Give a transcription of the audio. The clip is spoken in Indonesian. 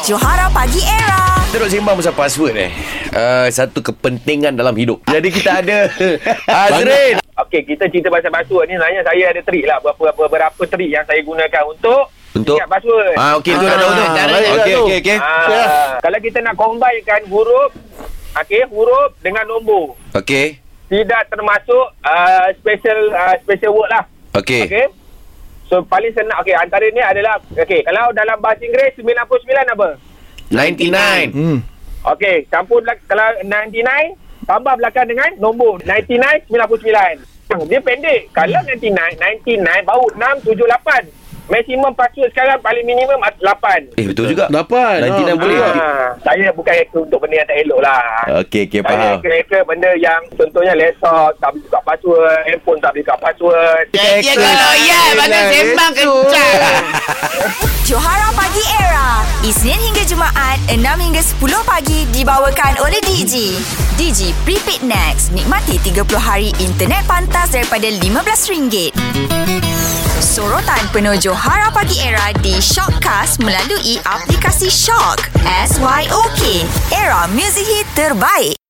Johara Pagi Era. Terus sembang pasal password satu kepentingan dalam hidup. Jadi kita ada Azrin. Okey, kita cerita pasal password ni. Sebenarnya saya ada trik lah. Berapa trik yang saya gunakan untuk ingat password. Okey, tu dah tahu tu. Okey. Kalau kita nak combinekan huruf dengan nombor. Okey. Tidak termasuk special word lah. Okey. So paling senang. Okey, antara ni adalah kalau dalam bahasa Inggeris 99 apa? 99. Okey, campur kalau 99 tambah belakang dengan nombor 99 99. Dia pendek. Kalau 99 baru 678. Maksimum password sekarang paling minimum 8. Betul juga. 8. 99 boleh. Saya bukan hacker untuk benda yang tak elok lah. Okey, Saya faham. hacker benda yang contohnya laptop tak boleh buka password, handphone tak boleh buka password. Ya kalau bagus sembang kencang. Johara Pagi Era, Isnin hingga Jumaat 6 hingga 10 pagi, dibawakan oleh Digi. Digi Prepaid Next. Nikmati 30 hari internet pantas daripada RM15. Sorotan penuh Johara Pagi Era di Shockcast melalui aplikasi Shock. SYOK. Era muzik hit terbaik.